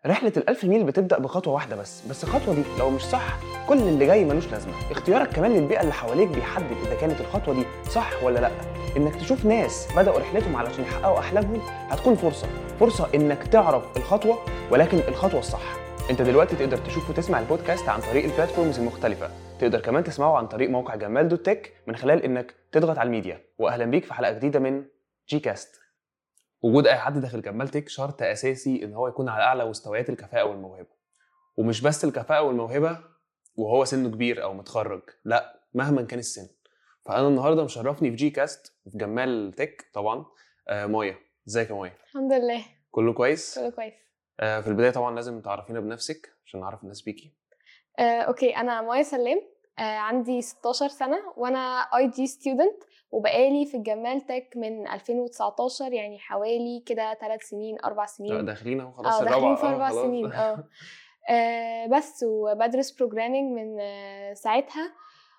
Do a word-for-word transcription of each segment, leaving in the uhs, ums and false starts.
رحلة الألف ميل بتبدأ بخطوة واحدة بس، بس الخطوة دي لو مش صح كل اللي جاي ملوش لازمة. اختيارك كمان للبيئة اللي حواليك بيحدد إذا كانت الخطوة دي صح ولا لأ. إنك تشوف ناس بدأوا رحلتهم علشان يحققوا أحلامهم هتكون فرصة، فرصة إنك تعرف الخطوة ولكن الخطوة الصح. أنت دلوقتي تقدر تشوف وتسمع البودكاست عن طريق البلاتفورمز المختلفة، تقدر كمان تسمعه عن طريق موقع جمال دوت تك من خلال إنك تضغط على الميديا. وأهلا بيك في حلقة جديدة من جي كاست. وجود اي حد داخل جمال تك شرط اساسي ان هو يكون على اعلى مستويات الكفاءه والموهبه، ومش بس الكفاءه والموهبه وهو سنه كبير او متخرج، لا مهما كان السن. فانا النهارده مشرفني في جي كاست في جمال تك طبعا آه مايا. ازيك يا مايا؟ الحمد لله كله كويس. كله كويس. آه في البدايه طبعا لازم تعرفينا بنفسك عشان نعرف الناس بيكي. آه، اوكي، انا مايا سلام. آه، عندي ستاشر سنه وانا اي جي ستودنت، وبقالي في الجمال تك من ألفين وتسعتاشر، يعني حوالي كده ثلاث سنين اربع سنين. داخلين اهو خلاص اه داخلين الرابعه في اربع خلاص. سنين. اه آه، بس وبدرس بروجرامينج من آه ساعتها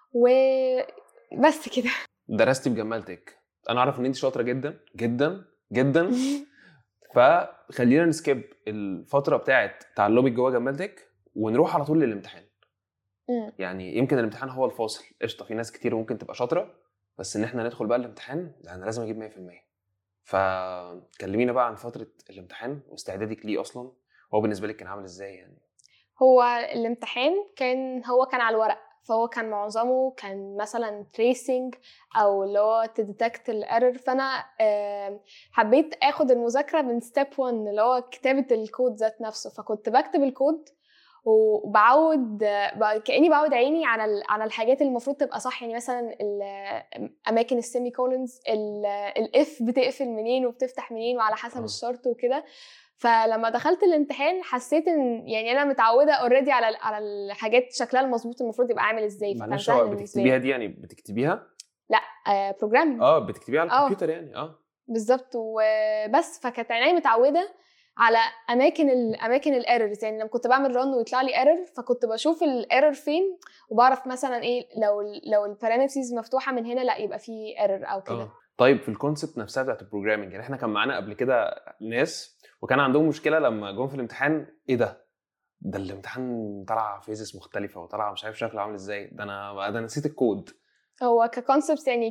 وبس كده. درستي في جمال تك، انا اعرف ان انت شاطره جدا جدا جدا. فخلينا نسكيب الفتره بتاعه تعلمك جوه جمال تك ونروح على طول للامتحان. يعني يمكن الامتحان هو الفاصل. قشطه، في ناس كتير ممكن تبقى شاطره، بس ان احنا ندخل بقى الامتحان انا لازم اجيب مية في المية. فكلمينا بقى عن فتره الامتحان واستعدادك ليه اصلا، هو بالنسبه لك كان عامل ازاي؟ يعني هو الامتحان كان هو كان على الورق، فهو كان معظمه كان مثلا tracing او اللي هو تديتكت الايرور. فانا حبيت اخد المذاكره من ستيب واحد اللي هو كتابه الكود ذات نفسه. فكنت بكتب الكود وبعود كاني بعود عيني على على الحاجات اللي المفروض تبقى صح. يعني مثلا اماكن السيمي كولونز، الاف بتقفل منين وبتفتح منين وعلى حسب أوه. الشرط وكده. فلما دخلت الامتحان حسيت ان يعني انا متعوده اوريدي على على الحاجات شكلها المظبوط المفروض يبقى عامل ازاي. فكان سهل. بتكتبيها دي يعني بتكتبيها لا آه بروجرامينج. اه بتكتبيها على الكمبيوتر يعني. اه بالظبط. وبس فكانت عيني متعوده على اماكن الاماكن الايرورز. يعني لما كنت بعمل رن ويطلع لي ايرور فكنت بشوف الايرور فين وبعرف مثلا ايه لو لو البارامترز مفتوحه من هنا لا يبقى في ايرور او كده. طيب في الكونسبت نفسها بتاعت البروجرامينج، يعني احنا كان معانا قبل كده ناس وكان عندهم مشكله لما جم في الامتحان، ايه ده ده الامتحان طلع فيزيس مختلفه وطلع مش عارف شكله عامل ازاي، ده انا ده نسيت الكود. هو ككونسبتس يعني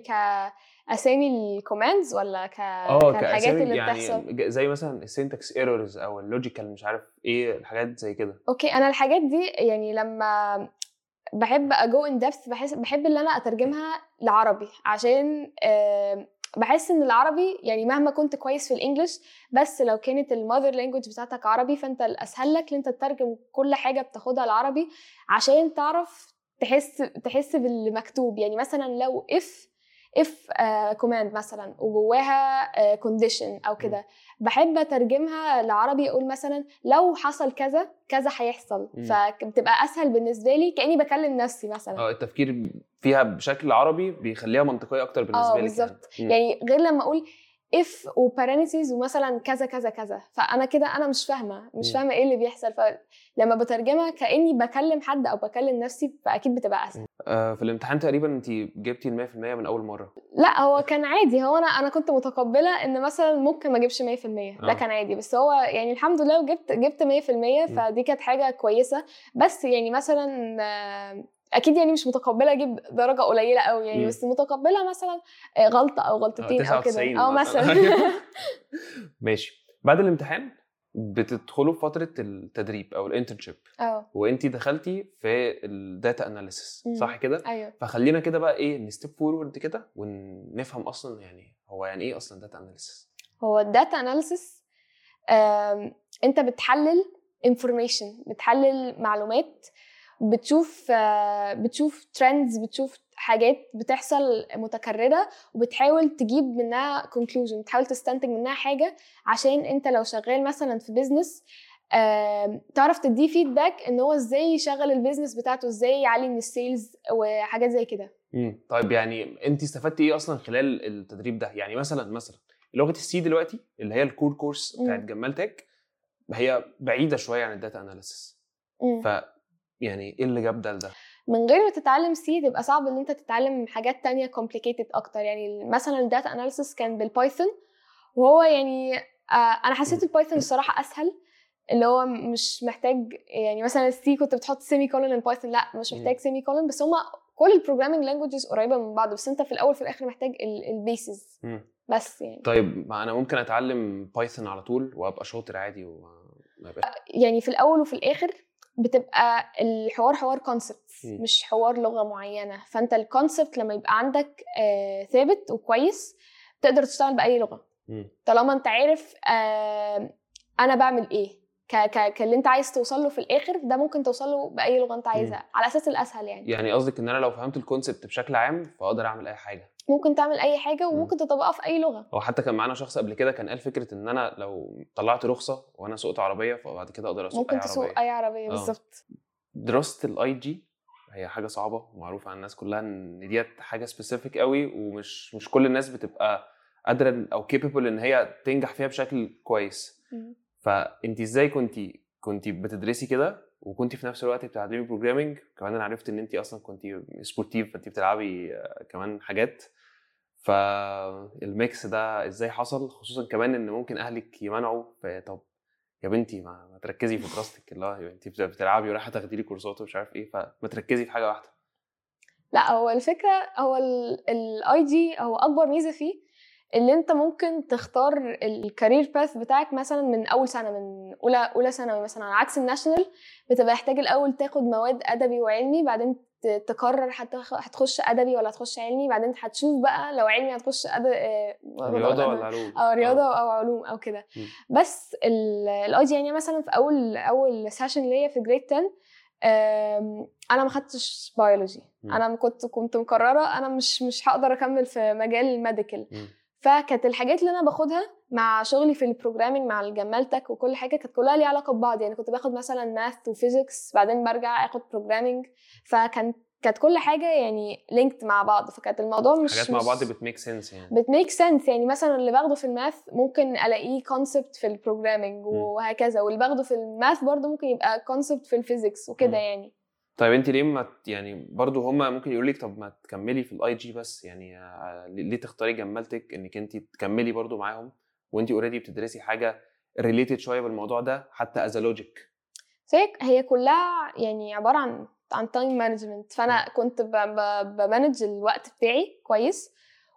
كاسامي الكوماندز ولا ك كالحاجات اللي يعني بتحصل زي مثلا السينتاكس ايرورز او اللوجيكال مش عارف ايه الحاجات زي كده. اوكي، انا الحاجات دي يعني لما بحب اجو ان ديبث بحس بحب ان انا اترجمها لعربي، عشان أه بحس ان العربي يعني مهما كنت كويس في الانجليش بس لو كانت الماذر لانجويج بتاعتك عربي فانت الاسهل لك ان انت تترجم كل حاجه بتاخدها العربي عشان تعرف تحس تحس بالمكتوب. يعني مثلا لو if if كوماند uh, مثلا وجواها كونديشن uh, او كده بحب اترجمها لعربي اقول مثلا لو حصل كذا كذا هيحصل، فبتبقى اسهل بالنسبه لي كاني بكلم نفسي مثلا. اه التفكير فيها بشكل عربي بيخليها منطقيه اكتر بالنسبه لي. اه بالظبط. يعني. يعني غير لما اقول if وبارانتيز ومثلا كذا كذا كذا فانا كده انا مش فاهمه مش فاهمه ايه اللي بيحصل. فلما بترجمها كاني بكلم حد او بكلم نفسي فاكيد بتبقى اسهل. آه في الامتحان تقريبا انت جبتي المية في المية من اول مره؟ لا هو كان عادي. هو انا انا كنت متقبله ان مثلا ممكن ما اجيبش مية في المية. ده كان عادي، بس هو يعني الحمد لله وجبت جبت مية في المية فدي كانت حاجه كويسه. بس يعني مثلا اكيد يعني مش متقبله اجيب درجه قليله قوي يعني، بس متقبله مثلا غلطه او غلطتين او كده او مثلا. ماشي. بعد الامتحان بتدخلوا في فتره التدريب او الانترنشيب، اه وانتي دخلتي في الداتا اناليسيس صح كده؟ ايوه. فخلينا كده بقى ايه نستيب فورورد كده ونفهم اصلا يعني هو يعني ايه اصلا داتا اناليسيس. هو الداتا اناليسيس انت بتحلل انفورميشن، بتحلل معلومات، بتشوف بتشوف ترندز، بتشوف حاجات بتحصل متكررة وبتحاول تجيب منها conclusion، بتحاول تستنتج منها حاجة عشان انت لو شغال مثلا في بيزنس تعرف تديه فيدباك ان هو ازاي يشغل البيزنس بتاعته، ازاي يعلي من السيلز وحاجات زي كده. امم طيب يعني انت استفدتي ايه اصلا خلال التدريب ده؟ يعني مثلا مثلا لغه السي دلوقتي اللي هي الكور كورس بتاعت جمال تك هي بعيده شويه عن الداتا اناليسيس، ف يعني ايه اللي جاب ده لده؟ من غير ما تتعلم سي تبقى صعب ان انت تتعلم حاجات تانية complicated اكتر. يعني مثلا الداتا اناليسيس كان بالبايثون، وهو يعني آه انا حسيت البايثون الصراحه اسهل اللي هو مش محتاج يعني مثلا السي كنت بتحط سيمي كولون، البايثون لا مش محتاج سيمي كولون. بس هما كل البروجرامينج لانجويجز قريبه من بعض، بس انت في الاول في الاخر محتاج البيسز بس يعني. طيب ما انا ممكن اتعلم بايثون على طول وابقى شاطر عادي وما يبقى يعني في الاول وفي الاخر بتبقى الحوار حوار كونسبت مش حوار لغه معينه. فانت الكونسبت لما يبقى عندك آه ثابت وكويس تقدر تشتغل باي لغه م. طالما انت عارف آه انا بعمل ايه ك ك كاللي انت عايز توصل له في الاخر، ده ممكن توصل له باي لغه انت عايزها م. على اساس الاسهل يعني. يعني قصدك ان انا لو فهمت الكونسبت بشكل عام فاقدر اعمل اي حاجه؟ ممكن تعمل اي حاجه وممكن تطبقها في اي لغه. هو حتى كان معانا شخص قبل كده كان قال فكره ان انا لو طلعت رخصه وانا سوقت عربيه فبعد كده اقدر اسوق ممكن اي عربيه. ممكن تسوق اي عربيه بالظبط. دراسه الاي جي هي حاجه صعبه ومعروفه عن الناس كلها ان ديت حاجه سبيسيفيك قوي ومش مش كل الناس بتبقى قادره او كيبل ان هي تنجح فيها بشكل كويس. فانت ازاي كنتي كنتي بتدرسي كده وكنتي في نفس الوقت بتعلمي بروجرامينج؟ كمان انا عرفت ان انت اصلا كنتي سبورتيف فانت بتلعبي كمان حاجات، فالميكس ده ازاي حصل؟ خصوصا كمان ان ممكن اهلك يمنعوا، طب يا بنتي ما, ما تركزي في دراستك، اللي انت بتلعبي ورايحه تاخدي لي كورسات ومش عارف ايه، فما تركزي في حاجه واحده. لا هو الفكره هو الاي جي هو اكبر ميزه فيه اللي انت ممكن تختار الكارير باث بتاعك مثلا من اول سنه، من اولى اولى ثانوي مثلا، على عكس الناشونال بتبقى محتاج الاول تاخد مواد ادبي وعلمي، بعدين تقرر هتخش ادبي ولا هتخش علمي، بعدين هتشوف بقى لو علمي هتخش أد... رياضه ولا علوم او رياضه أوه. او علوم او كده. بس الاي جي يعني مثلا في اول اول سيشن ليا في جريد عشرة انا ما خدتش بيولوجي، انا كنت كنت مقرره انا مش مش هقدر اكمل في مجال الميديكال. فكانت الحاجات اللي انا باخدها مع شغلي في البروجرامينج مع الجمالتك وكل حاجه كانت كلها ليها علاقه ببعض. يعني كنت باخد مثلا ماث وفيزيكس بعدين برجع اخد بروجرامينج، فكان كانت كل حاجه يعني لينكد مع بعض، فكانت الموضوع مش حاجات مع بعض بتميك سنس يعني بتميك سنس. يعني مثلا اللي باخده في الماث ممكن الاقيه كونسبت في البروجرامينج وهكذا، واللي باخده في الماث برضو ممكن يبقى كونسبت في الفيزيكس وكده يعني. طيب انت ليه ما يعني برضو هما ممكن يقول لك طب ما تكملي في الاي جي بس، يعني ليه تختاري جمالتك انك انت تكملي برضو معاهم وانت اوريدي بتدرسي حاجه ريليتد شويه بالموضوع ده حتى از لوجيك؟ هي كلها يعني عباره عن عن تايم مانجمنت. فانا كنت بمانج الوقت بتاعي كويس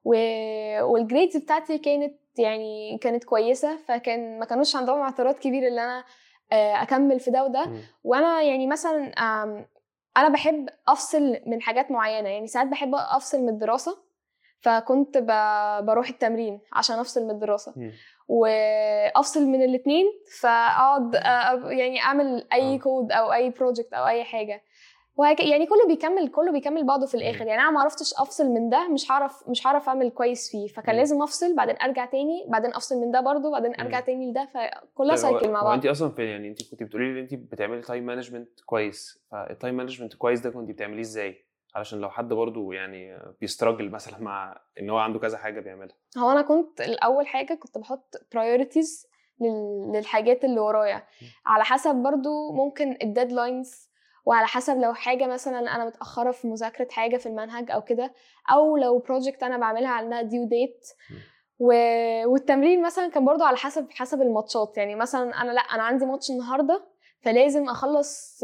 والجريدز بتاعتي كانت يعني كانت كويسه، فكان ما كانوش عندهم اعتراض كبير ان انا اكمل في ده وده. وانا يعني مثلا انا بحب افصل من حاجات معينه، يعني ساعات بحب افصل من الدراسه فكنت بروح التمرين عشان افصل من الدراسه م. وافصل من الاثنين فاقعد يعني اعمل اي كود او اي بروجكت او اي حاجه وهك يعني كله بيكمل كله بيكمل بعضه في الاخر. يعني انا ما عرفتش افصل من ده، مش هعرف مش هعرف اعمل كويس فيه، فكان م. لازم افصل بعدين ارجع تاني بعدين افصل من ده برضو بعدين ارجع م. تاني لده، فكلها سايكل مع بعض. وانت اصلا في يعني انت كنت بتقولي لي ان انت بتعملي تايم مانجمنت كويس، فالتايم مانجمنت كويس ده كنت بتعمليه ازاي علشان لو حد برضو يعني بيستراجل مثلا مع ان هو عنده كذا حاجه بيعملها؟ هو انا كنت الاول حاجه كنت بحط priorities للحاجات اللي ورايا على حسب برضو ممكن الديدلاينز، وعلى حسب لو حاجه مثلا انا متاخره في مذاكره حاجه في المنهج او كده، او لو بروجكت انا بعملها عندها ديو ديت. و... والتمرين مثلا كان برضو على حسب حسب الماتشات. يعني مثلا انا لا انا عندي ماتش النهارده فلازم اخلص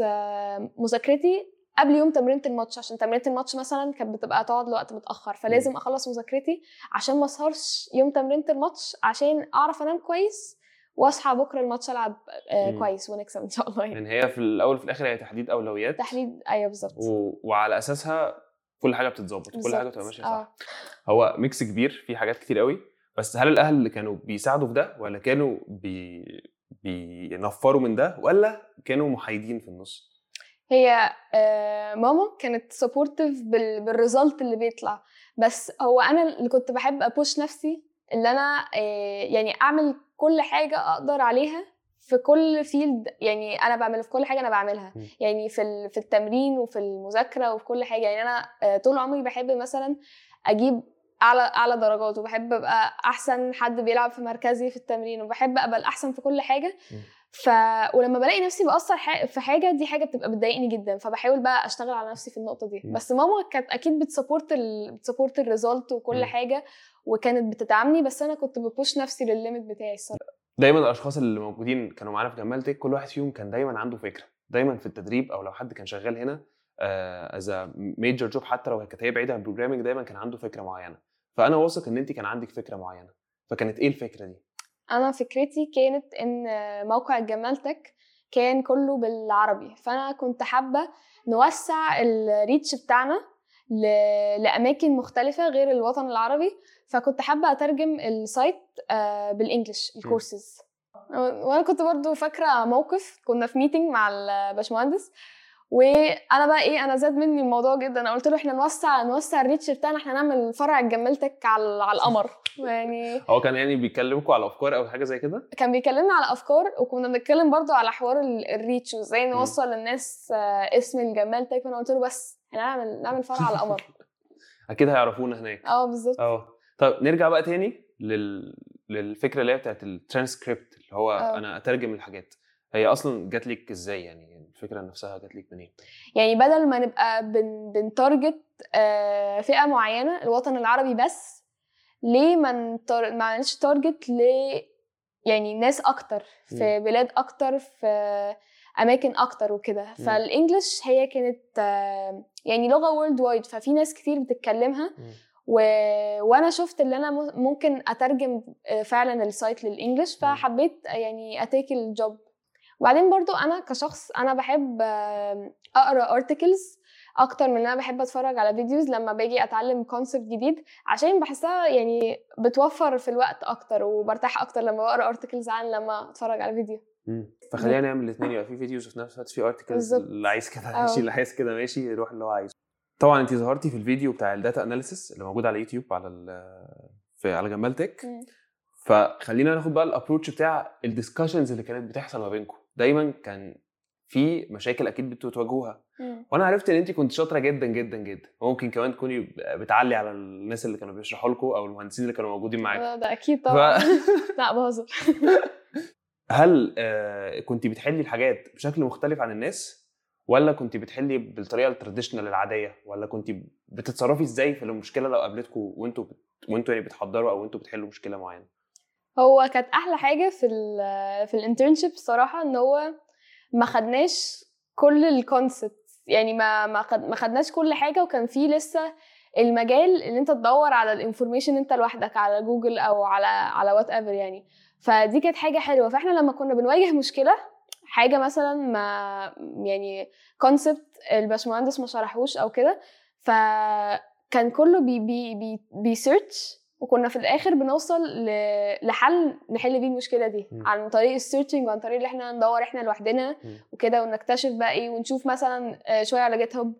مذاكرتي قبل يوم تمرينة الماتش، عشان تمرينة الماتش مثلا كانت بتبقى تقعد لوقت متأخر، فلازم اخلص مذاكرتي عشان ما اسهرش يوم تمرينة الماتش عشان اعرف انام كويس واصحى بكره الماتش العب آه كويس ونكسب ان شاء الله. يعني هي في الاول وفي الاخر هي تحديد اولويات، تحديد ايوه بالظبط، و... وعلى اساسها كل حاجه بتتظبط كل حاجه بتبقى ماشيه صح. آه. هو ميكس كبير في حاجات كتير قوي، بس هل الاهل اللي كانوا بيساعدوا في ده ولا كانوا بي... بينفروا من ده ولا كانوا محايدين في النص؟ هي ماما كانت سبورتيف بالريزلت اللي بيطلع، بس هو انا اللي كنت بحب ابوش نفسي اللي انا يعني اعمل كل حاجه اقدر عليها في كل فيلد. يعني انا بعمل في كل حاجه انا بعملها م. يعني في في التمرين وفي المذاكره وفي كل حاجه. يعني انا طول عمري بحب مثلا اجيب اعلى اعلى درجات، وبحب ابقى احسن حد بيلعب في مركزي في التمرين، وبحب ابقى الاحسن في كل حاجه. م. ف ولما بلاقي نفسي بأثر في حاجه دي حاجه بتبقى بتضايقني جدا، فبحاول بقى اشتغل على نفسي في النقطه دي. م. بس ماما كانت اكيد بتسبورت ال... بتسبورت الريزلت وكل م. حاجه، وكانت بتدعمني، بس انا كنت ببوش نفسي للليميت بتاعي الصراحه. دايما الاشخاص اللي موجودين كانوا معانا في جمالتك كل واحد فيهم كان دايما عنده فكره. دايما في التدريب او لو حد كان شغال هنا از ميجر جوب حتى لو كانت هي بعيده عن البروجرامينج دايما كان عنده فكره معينه. فانا واثق ان انت كان عندك فكره معينه. فكانت ايه الفكره دي؟ انا فكرتي كانت ان موقع جمالتك كان كله بالعربي، فانا كنت حابه نوسع الريتش بتاعنا ل- لاماكن مختلفه غير الوطن العربي. فكنت حابه اترجم السايت آه، بالانجلش الكورسز. وانا كنت برضو فاكره موقف كنا في ميتنج مع الباشمهندس، وانا بقى ايه انا زاد مني الموضوع جدا. انا قلت له احنا نوسع نوسع الريتش بتاعنا، احنا نعمل فرع جمالتك على على القمر يعني. هو كان يعني بيكلمكم على افكار او حاجه زي كده؟ كان بيكلمنا على افكار، وكنا بنتكلم برضو على حوار ال- الريتش وازاي نوصل للناس آه، اسم الجمالتك. فانا قلت له بس احنا نعمل نعمل فرع على القمر. اكيد هيعرفونا هناك. اه بالظبط. اه طب نرجع بقى تاني لل... للفكره اللي هي بتاعت الترانسكريبت اللي هو أوه. انا اترجم الحاجات. هي اصلا جات لك ازاي؟ يعني الفكره نفسها جات لك منين؟ يعني بدل ما نبقى بن بنتارجت آه، فئه معينه الوطن العربي بس، ليه ما نتار... ما نعملش تارجت ل يعني ناس اكتر في م. بلاد اكتر في اماكن اكتر وكده. فالانجليش هي كانت آه، يعني لغه وورلد وايد، ففي ناس كتير بتتكلمها و... وانا شفت ان انا ممكن اترجم فعلا السايت للانجليش، فحبيت يعني اتيك الجوب. وبعدين برضو انا كشخص انا بحب اقرا ارتكلز اكتر من ان انا بحب اتفرج على فيديوز لما باجي اتعلم كونسبت جديد، عشان بحسها يعني بتوفر في الوقت اكتر وبرتاح اكتر لما بقرا ارتكلز عن لما اتفرج على فيديو. امم فخلينا نعمل الاثنين، يبقى في فيديوز وفي نفس الوقت في ارتكلز. اللي عايز كده ماشي، اللي عايز كده ماشي، يروح اللي هو عايزه. طبعا انت ظهرتي في الفيديو بتاع الداتا اناليسيس اللي موجود على يوتيوب على في على جمالتك. فخلينا ناخد بقى الابروتش بتاع الديسكشنز اللي كانت بتحصل ما بينكم. دايما كان في مشاكل اكيد بتواجهوها، وانا عرفت ان انت كنت شاطره جدا جدا جدا. ممكن كمان تكوني بتعلي على الناس اللي كانوا بيشرحوا لكم او المهندسين اللي كانوا موجودين معاكم. ده اكيد طبعا. ف... لا بهزر. هل كنت بتحلي الحاجات بشكل مختلف عن الناس، ولا كنت بتحلي بالطريقه التراديشنال العاديه، ولا كنت بتتصرفي ازاي في المشكله لو قابلتكم وانتوا بت... وانتوا يعني بتحضروا او انتوا بتحلوا مشكله معينه؟ هو كانت احلى حاجه في ال في الانترنشيب الصراحه ان هو ما خدناش كل الكونسبت، يعني ما ما خد ما خدناش كل حاجه، وكان في لسه المجال اللي انت تدور على الانفورميشن انت لوحدك على جوجل او على على وات ايفر يعني. فدي كانت حاجه حلوه. فاحنا لما كنا بنواجه مشكله حاجه مثلا ما يعني كونسبت الباشمهندس ما شرحوش او كده، فكان كله بي بي بي بيسيرش، وكنا في الاخر بنوصل لحل نحل بيه المشكله دي م. عن طريق السيرشنج وعن طريق اللي احنا ندور احنا لوحدنا وكده، ونكتشف بقى ايه، ونشوف مثلا شويه على جيت هاب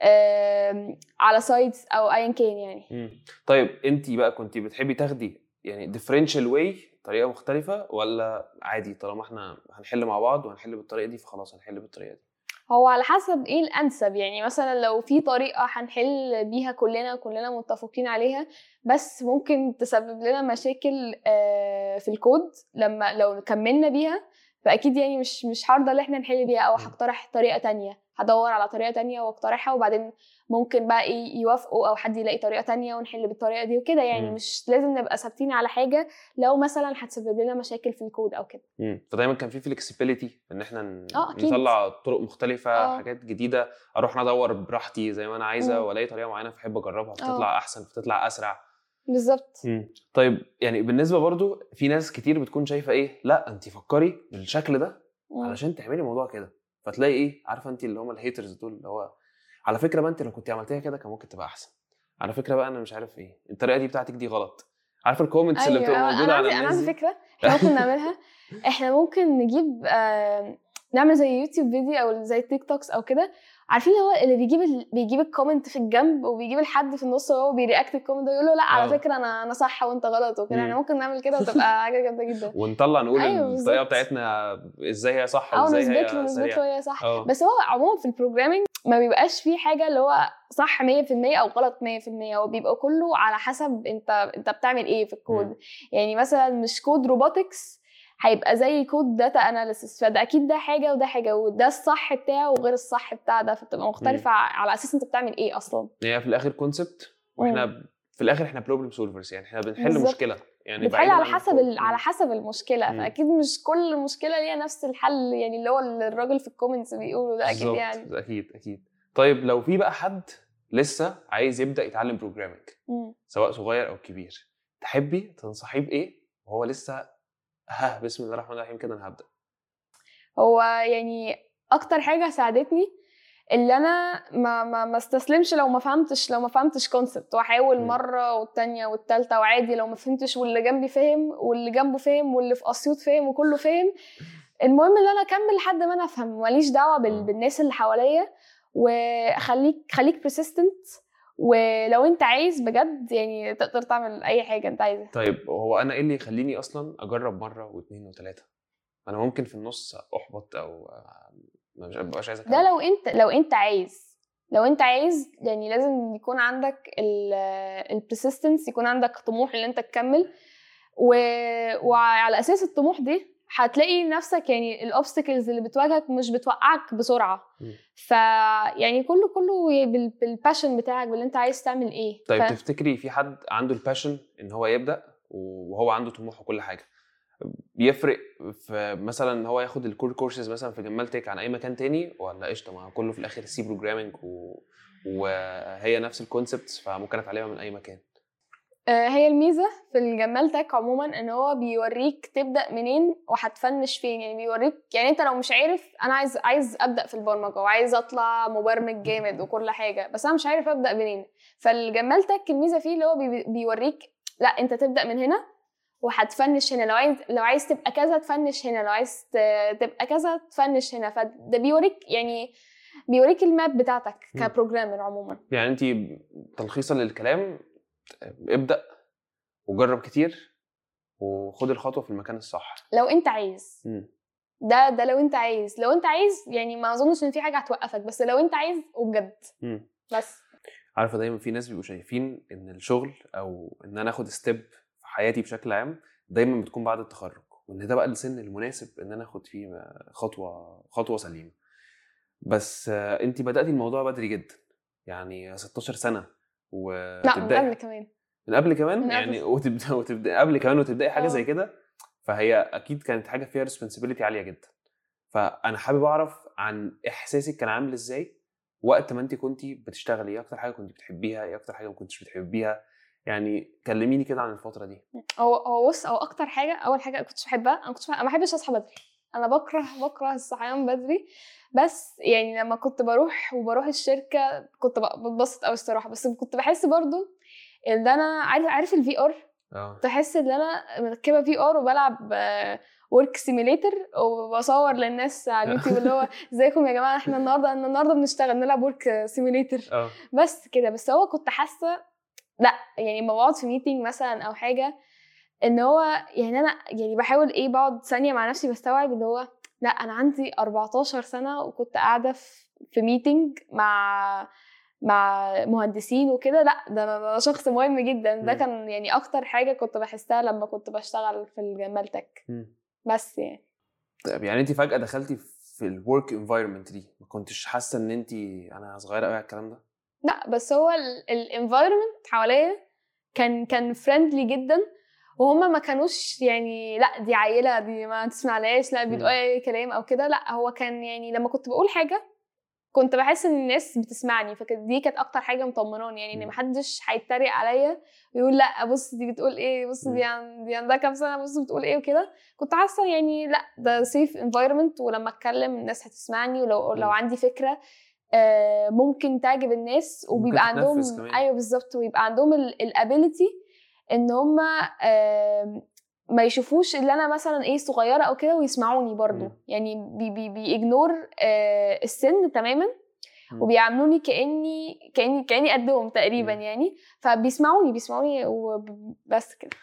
على سايتس او ايا كان يعني. م. طيب انت بقى كنتي بتحبي تاخدي يعني ديفرنشال واي، طريقه مختلفه، ولا عادي طالما احنا هنحل مع بعض وهنحل بالطريقه دي فخلاص هنحل بالطريقه دي؟ هو على حسب ايه الانسب. يعني مثلا لو في طريقه هنحل بيها كلنا كلنا متفقين عليها بس ممكن تسبب لنا مشاكل في الكود لما لو كملنا بيها، فاكيد يعني مش مش هرضى ان احنا نحل بيها، او هقترح طريقه تانية، هدور على طريقه تانية واقترحها، وبعدين ممكن بقى ايه يوافقوا او حد يلاقي طريقه تانية ونحل بالطريقه دي وكده يعني. م. مش لازم نبقى ثابتين على حاجه لو مثلا هتسبب لنا مشاكل في الكود او كده. امم فدايما كان في فلكسبيليتي ان احنا نطلع طرق مختلفه. أوه. حاجات جديده اروح ادور براحتي زي ما انا عايزه، والاقي طريقه معينه فاحب اجربها فتطلع أوه. احسن فتطلع اسرع. بالظبط. طيب يعني بالنسبه برضو في ناس كتير بتكون شايفه ايه، لا انت فكري بالشكل ده مم. علشان تعملي الموضوع كده، فتلاقي ايه عارفه انت اللي هم الهيترز دول اللي هو على فكره بقى انت لو كنت عملتيها كده كان ممكن تبقى احسن، على فكره بقى انا مش عارف ايه الطريقه دي بتاعتك دي غلط. عارفه الكومنتس أيوة. اللي بتبقى موجوده على الناس. انا عندي فكره احنا ممكن نعملها. احنا ممكن نجيب آه نعمل زي يوتيوب فيديو او زي تيك توكس او كده، عارفين هو اللي بيجيب ال... بيجيب الكومنت في الجنب وبيجيب الحد في النص وهو بيرياكت الكومنت ده يقول له لا على أوه. فكره انا انا صح وانت غلط وكده. احنا ممكن نعمل كده وتبقى حاجه جامده جدا ونطلع نقول أيوة الطريقه بتاعتنا ازاي هي صح وازاي هي سريعه، نثبت له هي صح. أوه. بس هو عموما في البروجرامينج ما بيبقاش فيه حاجه اللي هو صح مية في المية او غلط مية في المية، هو بيبقى كله على حسب انت انت بتعمل ايه في الكود. م. يعني مثلا مش كود روبوتكس هيبقى زي كود داتا اناليسيس، فده اكيد ده حاجه وده حاجه، وده الصح بتاعه وغير الصح بتاع ده، فبتبقى مختلفه م. على اساس انت بتعمل ايه اصلا. هي في الاخر كونسبت، واحنا م. في الاخر احنا بروبلم سولفرز، يعني احنا بنحل بالزبط. مشكله يعني بتحل على حسب ال... على حسب المشكله. مم. فاكيد مش كل مشكله ليها نفس الحل، يعني اللي هو الراجل في الكومنتس بيقولوا ده اكيد يعني. اكيد اكيد. طيب لو في بقى حد لسه عايز يبدا يتعلم بروجرامينج سواء صغير او كبير، تحبي تنصحيه بايه وهو لسه ها بسم الله الرحمن الرحيم كده انا هبدا؟ هو يعني اكتر حاجه ساعدتني اللي انا ما ما ما استسلمش لو ما فهمتش لو ما فهمتش كونسبت، واحاول مره والتانيه والتالته، وعادي لو ما فهمتش واللي جنبي فهم واللي جنبه فهم واللي في اسيوط فهم وكله فهم. المهم ان انا اكمل لحد ما انا افهم، ماليش دعوه بالناس اللي حواليا، وخليك خليك بيرسيستنت. ولو انت عايز بجد يعني تقدر تعمل اي حاجه انت عايزها. طيب هو انا ايه اللي يخليني اصلا اجرب مره واثنين وثلاثه؟ انا ممكن في النص احبط او مش مبقاش عايز اكمل. ده لو انت لو انت عايز لو انت عايز يعني لازم يكون عندك البرسيستنس، يكون عندك طموح ان انت تكمل، و... وعلى اساس الطموح دي هتلاقي نفسك يعني الاوبستكلز اللي بتواجهك مش بتوقعك بسرعه. فيعني كله كله بالباشن بتاعك، باللي انت عايز تعمل ايه. طيب ف... تفتكري في حد عنده الباشن ان هو يبدا وهو عنده طموح وكل حاجه، بيفرق في مثلا ان هو ياخد الكور كورسز مثلا في جمالتك عن اي مكان تاني، ولا قشطه ما كله في الاخر سي بروجرامينج و... وهي نفس الكونسبتس فممكن اتعلمها من اي مكان؟ هي الميزه في الجمالتك عموما ان هو بيوريك تبدا منين وهتفنش فين. يعني بيوريك يعني انت لو مش عارف انا عايز عايز ابدا في البرمجه وعايز اطلع مبرمج جامد وكل حاجه، بس انا مش عارف ابدا منين، فالجمالتك الميزه فيه اللي هو بيوريك لا انت تبدا من هنا وهتفنش هنا. لو عايز لو عايز تبقى كذا تفنش هنا، لو عايز تبقى كذا تفنش هنا. فده بيوريك يعني بيوريك الماب بتاعتك كبروجرامر عموما. يعني انت تلخيصا للكلام، ابدأ وجرب كتير وخد الخطوة في المكان الصح لو انت عايز. م. ده ده لو انت عايز لو انت عايز يعني ما اظنش ان في حاجة هتوقفك، بس لو انت عايز وبجد. م. بس عارفة دايما في ناس بيبقوا شايفين ان الشغل او ان انا اخد ستيب في حياتي بشكل عام دايما بتكون بعد التخرج، وان ده بقى السن المناسب ان انا اخد فيه خطوة خطوة سليمة. بس انتي بدأتي الموضوع بدري جدا، يعني ستاشر سنة لا من قبل كمان من قبل كمان من يعني وتبدا وتبدا قبل كمان وتبداي حاجه أوه. زي كده، فهي اكيد كانت حاجه فيها ريسبونسابيلتي عاليه جدا. فانا حابب اعرف عن احساسك كان عامل ازاي وقت ما انت كنتي بتشتغلي، ايه اكتر حاجه كنت بتحبيها، ايه اكتر حاجه ما كنتش بتحبيها، يعني كلميني كده عن الفتره دي. هو هو بص او اكتر حاجه اول حاجه كنت بحبها، انا كنت ما بحبش اصحى بدري، انا بكره بكره الصحيان بدري. بس يعني لما كنت بروح وبروح الشركه كنت بتبسط قوي الصراحه، بس كنت بحس برضو ان انا عارف عارف الفي ار اه تحس ان انا مركبه في ار وبلعب ورك سيميليتر وبصور للناس على اليوتيوب اللي هو ازيكم يا جماعه احنا النهارده النهارده بنشتغل نلعب ورك سيميليتر اه بس كده. بس هو كنت حاسه لا يعني ما بقعد في ميتنج مثلا او حاجه ان هو يعني انا يعني بحاول ايه بقعد ثانيه مع نفسي بستوعب ان هو لا انا عندي أربعتاشر سنه وكنت قاعده في ميتنج مع مع مهندسين وكده. لا ده انا شخص مهم جدا. ده كان يعني اكتر حاجه كنت بحسها لما كنت بشتغل في الجمالتك. بس يعني طيب يعني انت فجاه دخلتي في الورك انفايرمنت دي، ما كنتش حاسه ان انت انا صغيره قوي على الكلام ده؟ لا بس هو الانفايرمنت حواليا كان كان فريندلي جدا، وهما ما كانوش يعني لا دي عيله دي ما تسمعلهاش لا بيقولوا اي كلام او كده. لا هو كان يعني لما كنت بقول حاجه كنت بحس ان الناس بتسمعني، فدي كانت اكتر حاجه مطمناني يعني ان محدش هيتريق عليا ويقول لا بص دي بتقول ايه، بص دي عن دي عندها كام سنه، بص بتقول ايه وكده. كنت حاسه يعني لا ده سيف انفايرمنت، ولما اتكلم الناس هتسمعني، ولو لو عندي فكره ممكن تعجب الناس وبيبقى عندهم ايوه بالظبط، ويبقى عندهم الابيليتي ان هم ما يشوفوش اللي انا مثلا ايه صغيره او كده ويسمعوني برضو. م. يعني بي بي بيجنور آه السن تماما، م. وبيعاملوني كاني كاني كاني قدهم تقريبا. م. يعني فبيسمعوني بيسمعوني وبس كده.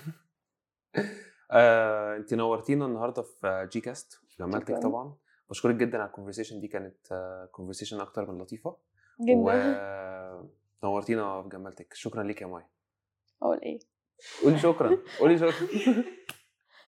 آه، انت نورتينا النهارده في جي كاست في جمالتك. طبعا بشكرك جدا على الكونفرسيشن دي، كانت كونفرسيشن اكتر من لطيفه جدا. ونورتينا في جمالتك. شكرا ليك يا ماي. اقول ايه؟ قولي شكرا قولي شكرا